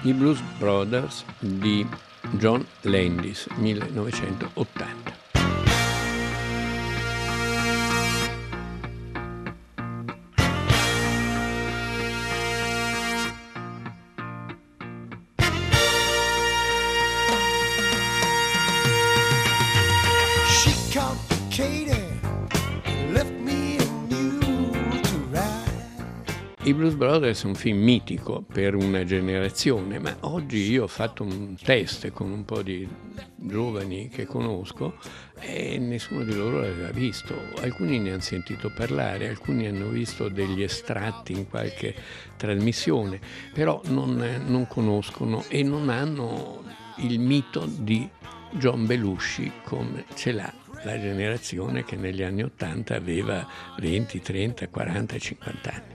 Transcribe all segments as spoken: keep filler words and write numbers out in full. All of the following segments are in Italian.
I Blues Brothers di John Landis, millenovecentottanta. I Blues Brothers è un film mitico per una generazione, ma oggi io ho fatto un test con un po' di giovani che conosco e nessuno di loro l'aveva visto. Alcuni ne hanno sentito parlare, alcuni hanno visto degli estratti in qualche trasmissione, però non, non conoscono e non hanno il mito di John Belushi come ce l'ha la generazione che negli anni Ottanta aveva venti, trenta, quaranta, cinquanta anni.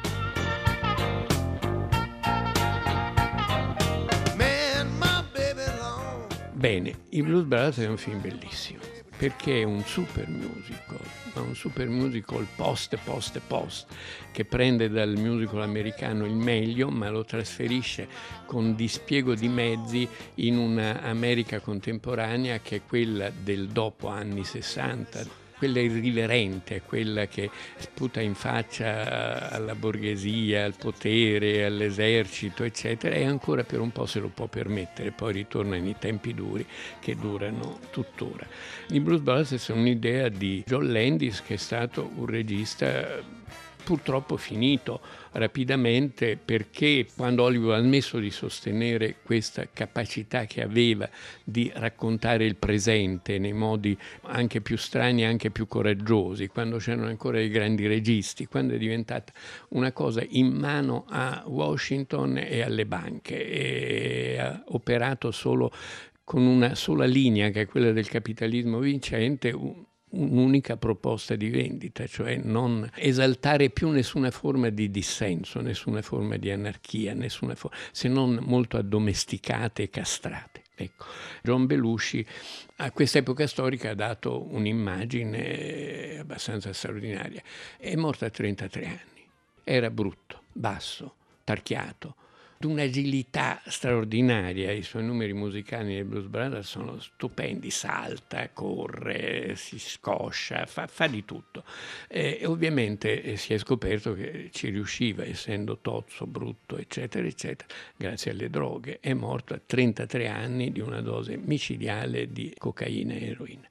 Bene, i Blues Brothers è un film bellissimo perché è un super musical, ma un super musical post, post, post, che prende dal musical americano il meglio, ma lo trasferisce con dispiego di mezzi in una America contemporanea che è quella del dopo anni sessanta. Quella irriverente, quella che sputa in faccia alla borghesia, al potere, all'esercito, eccetera, e ancora per un po' se lo può permettere, poi ritorna nei tempi duri che durano tuttora. I Blues Brothers sono un'idea di John Landis, che è stato un regista purtroppo finito rapidamente, perché quando Hollywood ha smesso di sostenere questa capacità che aveva di raccontare il presente nei modi anche più strani e anche più coraggiosi, quando c'erano ancora i grandi registi, quando è diventata una cosa in mano a Washington e alle banche e ha operato solo con una sola linea, che è quella del capitalismo vincente, un'unica proposta di vendita, cioè non esaltare più nessuna forma di dissenso, nessuna forma di anarchia, nessuna forma, se non molto addomesticate e castrate. Ecco, John Belushi a quest'epoca storica ha dato un'immagine abbastanza straordinaria. È morto a trentatré anni, era brutto, basso, tarchiato, un'agilità straordinaria. I suoi numeri musicali nei Blues Brothers sono stupendi, salta, corre, si scoscia, fa, fa di tutto. E ovviamente eh, si è scoperto che ci riusciva, essendo tozzo, brutto, eccetera, eccetera, grazie alle droghe. È morto a trentatré anni di una dose micidiale di cocaina e eroina.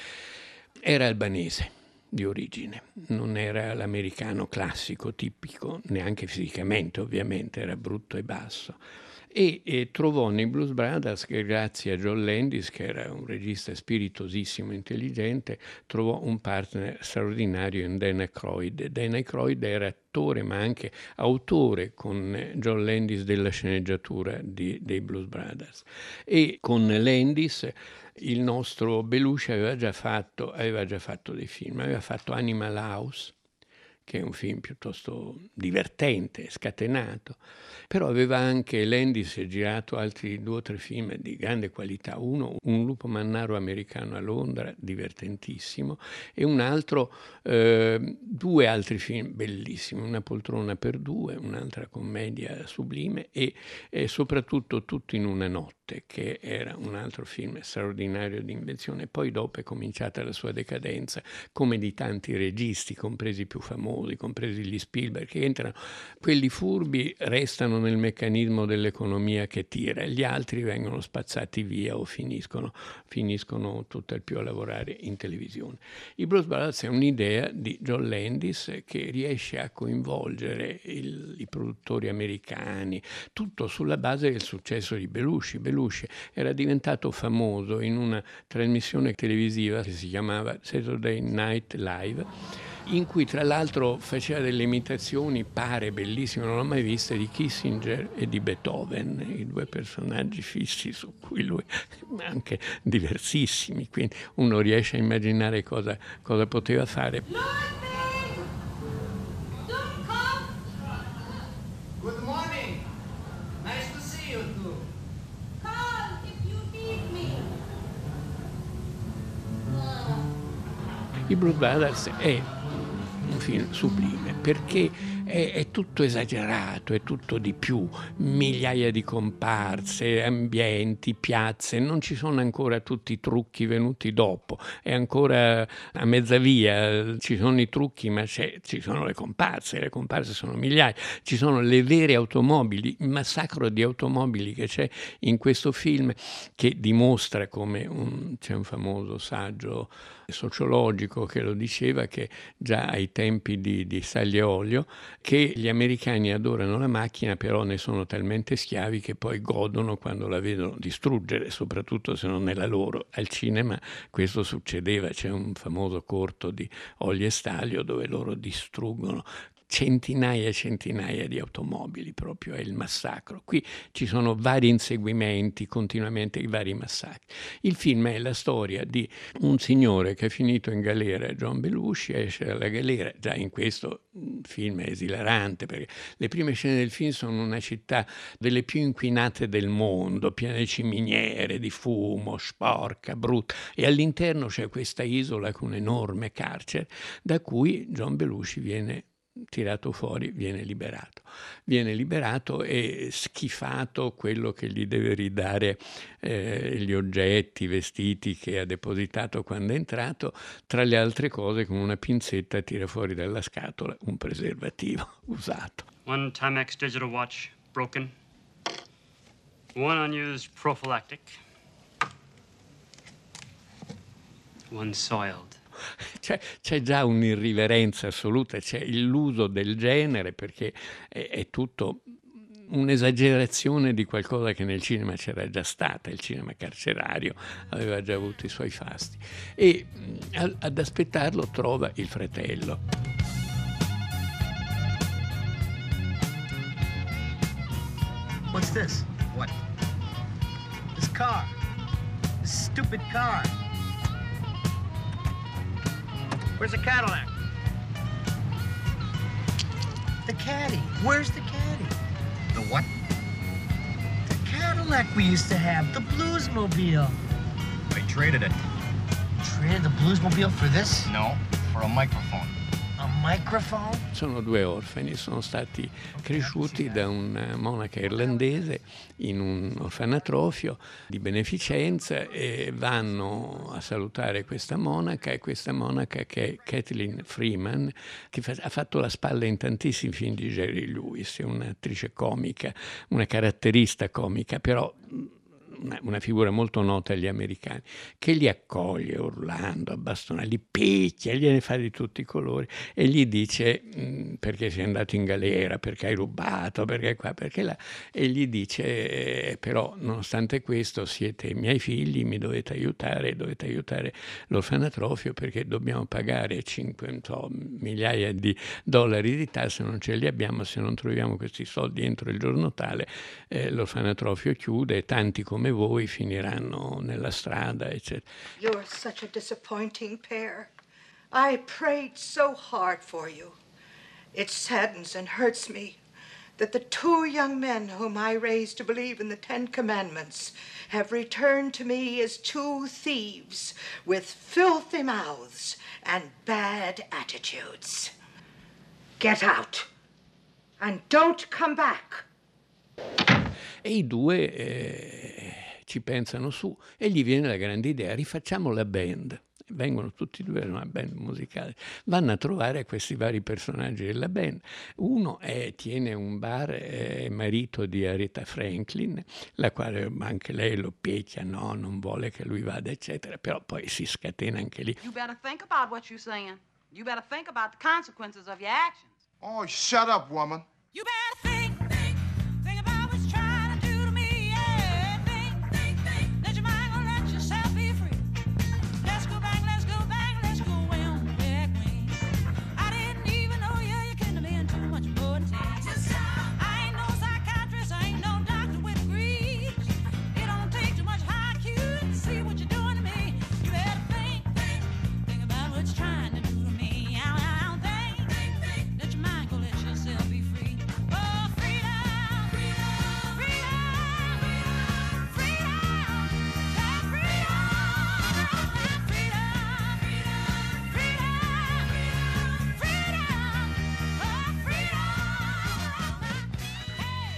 Era albanese di origine, non era l'americano classico, tipico, neanche fisicamente ovviamente, era brutto e basso. E, e trovò nei Blues Brothers, che grazie a John Landis, che era un regista spiritosissimo, intelligente, trovò un partner straordinario in Dan Aykroyd. Dan Aykroyd era attore ma anche autore con John Landis della sceneggiatura di, dei Blues Brothers. E con Landis il nostro Belushi aveva già fatto, aveva già fatto dei film, aveva fatto Animal House, che è un film piuttosto divertente, scatenato, però aveva anche Landis girato altri due o tre film di grande qualità, uno Un lupo mannaro americano a Londra, divertentissimo, e un altro, eh, due altri film bellissimi, Una poltrona per due, un'altra commedia sublime, e, e soprattutto Tutto in una notte, che era un altro film straordinario di invenzione. Poi dopo è cominciata la sua decadenza, come di tanti registi, compresi i più famosi, compresi gli Spielberg, che entrano, quelli furbi restano nel meccanismo dell'economia che tira, gli altri vengono spazzati via o finiscono, finiscono tutt'al più a lavorare in televisione. I Blues Brothers è un'idea di John Landis che riesce a coinvolgere il, i produttori americani, tutto sulla base del successo di Belushi. Belushi era diventato famoso in una trasmissione televisiva che si chiamava Saturday Night Live, in cui tra l'altro faceva delle imitazioni, pare bellissime, non l'ho mai viste, di Kissinger e di Beethoven, i due personaggi fissi su cui lui, anche diversissimi, quindi uno riesce a immaginare cosa, cosa poteva fare. Good morning. Nice to see you too. Call if you need me. I Blues Brothers è un film sublime, perché è, è tutto esagerato, è tutto di più, migliaia di comparse, ambienti, piazze, non ci sono ancora tutti i trucchi venuti dopo, è ancora a mezza via, ci sono i trucchi ma c'è, ci sono le comparse, le comparse sono migliaia, ci sono le vere automobili, il massacro di automobili che c'è in questo film, che dimostra come un, c'è un famoso saggio sociologico che lo diceva, che già ai tempi di, di Sale e Olio, che gli americani adorano la macchina, però ne sono talmente schiavi che poi godono quando la vedono distruggere, soprattutto se non è la loro. Al cinema questo succedeva, c'è un famoso corto di Olio e Stalio dove loro distruggono centinaia e centinaia di automobili, proprio è il massacro. Qui ci sono vari inseguimenti, continuamente i vari massacri. Il film è la storia di un signore che è finito in galera, John Belushi, esce dalla galera, già in questo film è esilarante, perché le prime scene del film sono una città delle più inquinate del mondo, piena di ciminiere, di fumo, sporca, brutta, e all'interno c'è questa isola con un enorme carcere, da cui John Belushi viene tirato fuori, viene liberato. Viene liberato e schifato quello che gli deve ridare eh, gli oggetti, i vestiti che ha depositato quando è entrato, tra le altre cose con una pinzetta tira fuori dalla scatola un preservativo usato. One Timex digital watch broken. One unused prophylactic. One soiled. C'è, c'è già un'irriverenza assoluta, c'è l'uso del genere, perché è, è tutto un'esagerazione di qualcosa che nel cinema c'era già stata, il cinema carcerario aveva già avuto i suoi fasti. E a, ad aspettarlo trova il fratello. What's this? What? This car. This stupid car. Where's the Cadillac? The caddy. Where's the caddy? The what? The Cadillac we used to have. The Bluesmobile. I traded it. Traded the Bluesmobile for this? No, for a microphone. A microphone? Sono due orfani, sono stati cresciuti da una monaca irlandese in un orfanatrofio di beneficenza e vanno a salutare questa monaca, e questa monaca, che è Kathleen Freeman, che fa, ha fatto la spalla in tantissimi film di Jerry Lewis, è un'attrice comica, una caratterista comica, però Una, una figura molto nota agli americani, che li accoglie urlando, a bastonare, li picchia, gliene fa di tutti i colori e gli dice mh, perché sei andato in galera, perché hai rubato, perché qua, perché là, e gli dice eh, però nonostante questo siete i miei figli, mi dovete aiutare, dovete aiutare l'orfanatrofio perché dobbiamo pagare cinque so, migliaia di dollari di tasse, non ce li abbiamo, se non troviamo questi soldi entro il giorno tale eh, l'orfanatrofio chiude e tanti come voi finiranno nella strada, eccetera. You're such a disappointing pair. I prayed so hard for you. It saddens and hurts me that the two young men whom I raised to believe in the Ten Commandments have returned to me as two thieves with filthy mouths and bad attitudes. Get out and don't come back. E i due eh, ci pensano su e gli viene la grande idea, rifacciamo la band. Vengono tutti e due in una band musicale, vanno a trovare questi vari personaggi della band. Uno è, tiene un bar, è marito di Aretha Franklin, la quale anche lei lo picchia, no, non vuole che lui vada, eccetera, però poi si scatena anche lì. You better think about what you're saying. You better think about the consequences of your actions. Oh, shut up, woman. You better think, think, think about what you're trying to do to me. Yeah, think, think, think. Let your mind go, let yourself be free. Let's go back, let's go back, let's go way on back way. I didn't even know you, you couldn't have been too much more than this. I ain't no psychiatrist, I ain't no doctor with degrees. It don't take too much I Q to see what you're doing to me. You better think, think, think about what you're trying to do to me. Ow, ow, think, think, think. Let your mind go, let yourself be free. Oh,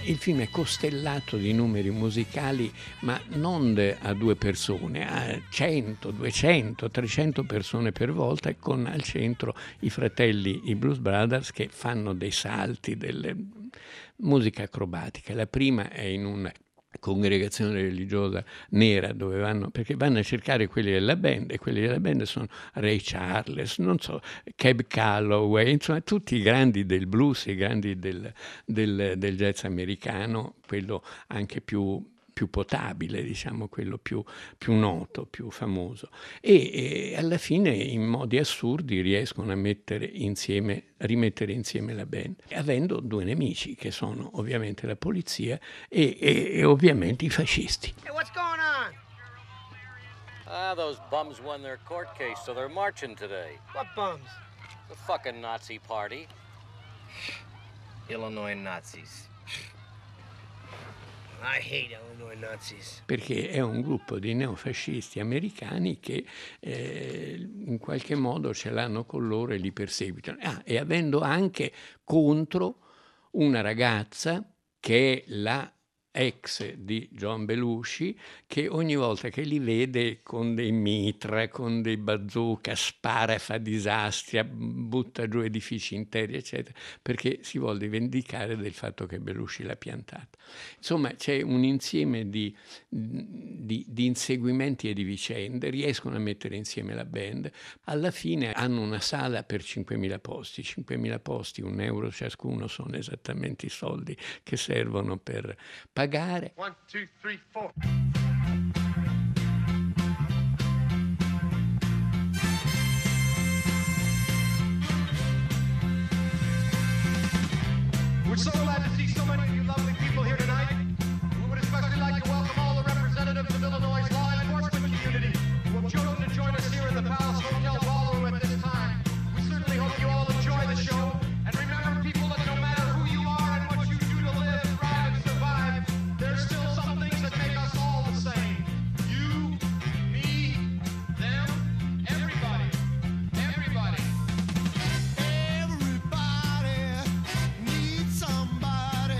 il film è costellato di numeri musicali, ma non de- a due persone, a cento, duecento, trecento persone per volta, e con al centro i fratelli, i Blues Brothers, che fanno dei salti, delle musica acrobatica. La prima è in un congregazione religiosa nera, dove vanno, perché vanno a cercare quelli della band, e quelli della band sono Ray Charles, non so, Cab Calloway, insomma tutti i grandi del blues, i grandi del, del, del jazz americano, quello anche più più potabile, diciamo, quello più, più noto, più famoso. E, e alla fine, in modi assurdi, riescono a mettere insieme, a rimettere insieme la band, avendo due nemici, che sono ovviamente la polizia e, e, e ovviamente i fascisti. Hey, what's going on? Ah, those bums won their court case, so they're marching today. What bums? The fucking Nazi party. Illinois Nazis. I hate Illinois Nazis. Perché è un gruppo di neofascisti americani che eh, in qualche modo ce l'hanno con loro e li perseguitano. Ah, e avendo anche contro una ragazza che è la ex di John Belushi, che ogni volta che li vede con dei mitra, con dei bazooka, spara e fa disastri, butta giù edifici interi, eccetera, perché si vuole vendicare del fatto che Belushi l'ha piantata. Insomma, c'è un insieme di, di, di inseguimenti e di vicende, riescono a mettere insieme la band, alla fine hanno una sala per cinquemila posti, cinquemila posti, un euro ciascuno, sono esattamente i soldi che servono per pagare. One, two, three, four. We're so glad to see so many of you lovely people here tonight. We would especially like to welcome all the representatives of Illinois' law enforcement community who have chosen to join us here in the Palace Hotel Ballroom at this time. We certainly hope you all enjoy the show. And remember, people, that no matter who you are and what you do to live, thrive, and survive, there's still some things that make us all the same. You, me, them, everybody. Everybody. Everybody needs somebody.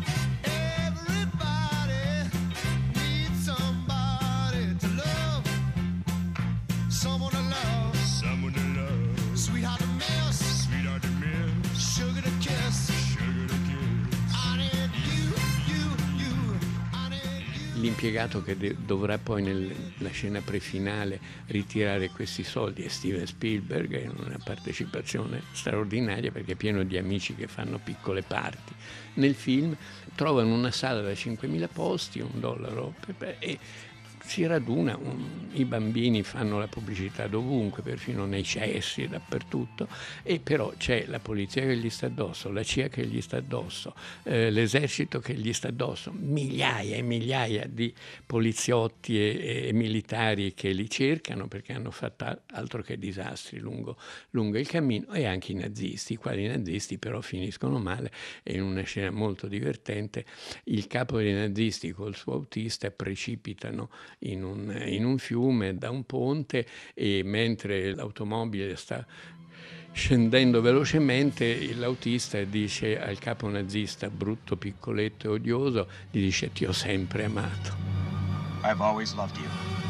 Everybody needs somebody to love. Someone to love. Someone to love. Sweetheart to miss. Sweetheart to miss. Sugar to kiss. Sugar to kiss. I need you, you, you. I need you. L'impiegato che de- dovrà poi nella scena prefinale ritirare questi soldi è Steven Spielberg, in una partecipazione straordinaria perché è pieno di amici che fanno piccole parti nel film. Trovano una sala da cinquemila posti, un dollaro per- e si raduna, un, i bambini fanno la pubblicità dovunque, perfino nei cessi e dappertutto, e però c'è la polizia che gli sta addosso, la C I A che gli sta addosso, eh, l'esercito che gli sta addosso, migliaia e migliaia di poliziotti e, e militari che li cercano perché hanno fatto altro che disastri lungo, lungo il cammino, e anche i nazisti, i quali nazisti però finiscono male, e in una scena molto divertente il capo dei nazisti col suo autista precipitano In un, in un fiume da un ponte, e mentre l'automobile sta scendendo velocemente l'autista dice al capo nazista, brutto, piccoletto e odioso, gli dice: ti ho sempre amato. I've always loved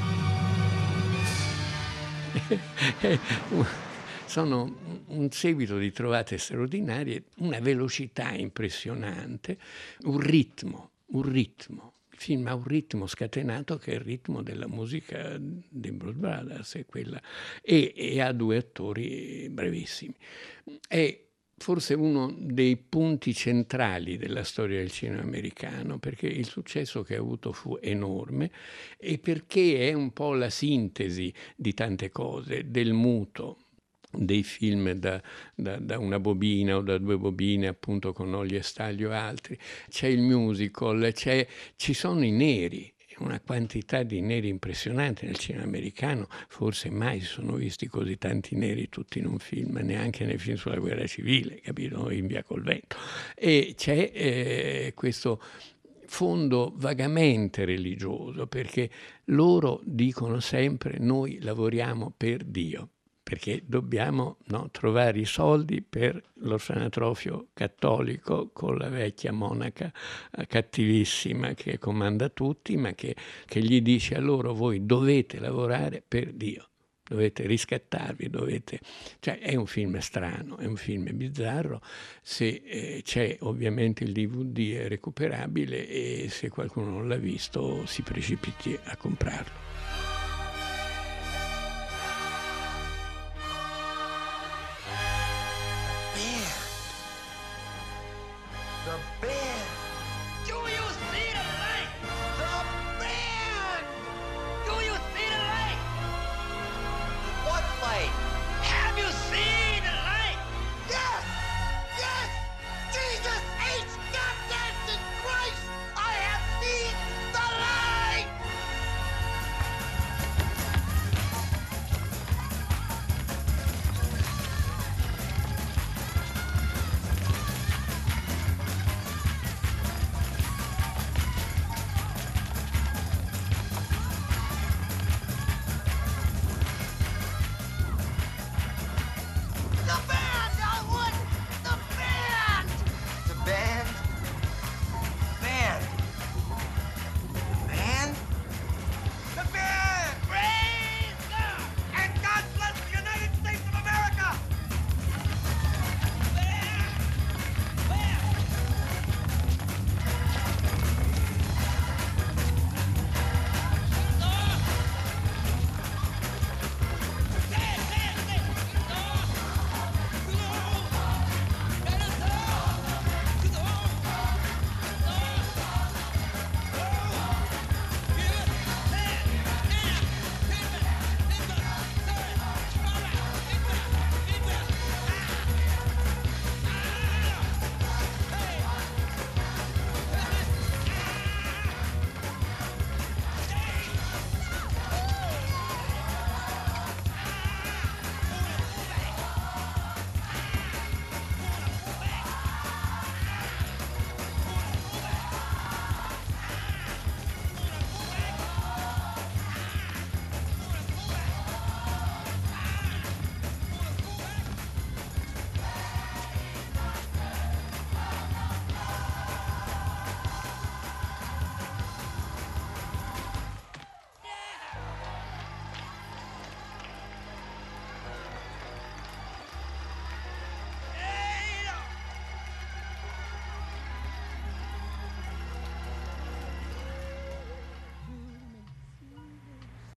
you. Sono un seguito di trovate straordinarie, una velocità impressionante, un ritmo, un ritmo. Il film ha un ritmo scatenato che è il ritmo della musica dei Blues Brothers, è quella, e, e ha due attori bravissimi. È forse uno dei punti centrali della storia del cinema americano, perché il successo che ha avuto fu enorme e perché è un po' la sintesi di tante cose, del muto, dei film da, da, da una bobina o da due bobine, appunto, con Olio e Staglio e altri. C'è il musical, c'è, ci sono i neri, una quantità di neri impressionante nel cinema americano. Forse mai si sono visti così tanti neri tutti in un film, neanche nei film sulla guerra civile, capito? In Via col vento. E c'è eh, questo fondo vagamente religioso, perché loro dicono sempre: noi lavoriamo per Dio. perché dobbiamo, no, trovare i soldi per l'orfanatrofio cattolico con la vecchia monaca eh, cattivissima che comanda tutti, ma che, che gli dice a loro: voi dovete lavorare per Dio, dovete riscattarvi, dovete... Cioè è un film strano, è un film bizzarro. Se eh, c'è ovviamente il D V D è recuperabile, e se qualcuno non l'ha visto si precipiti a comprarlo.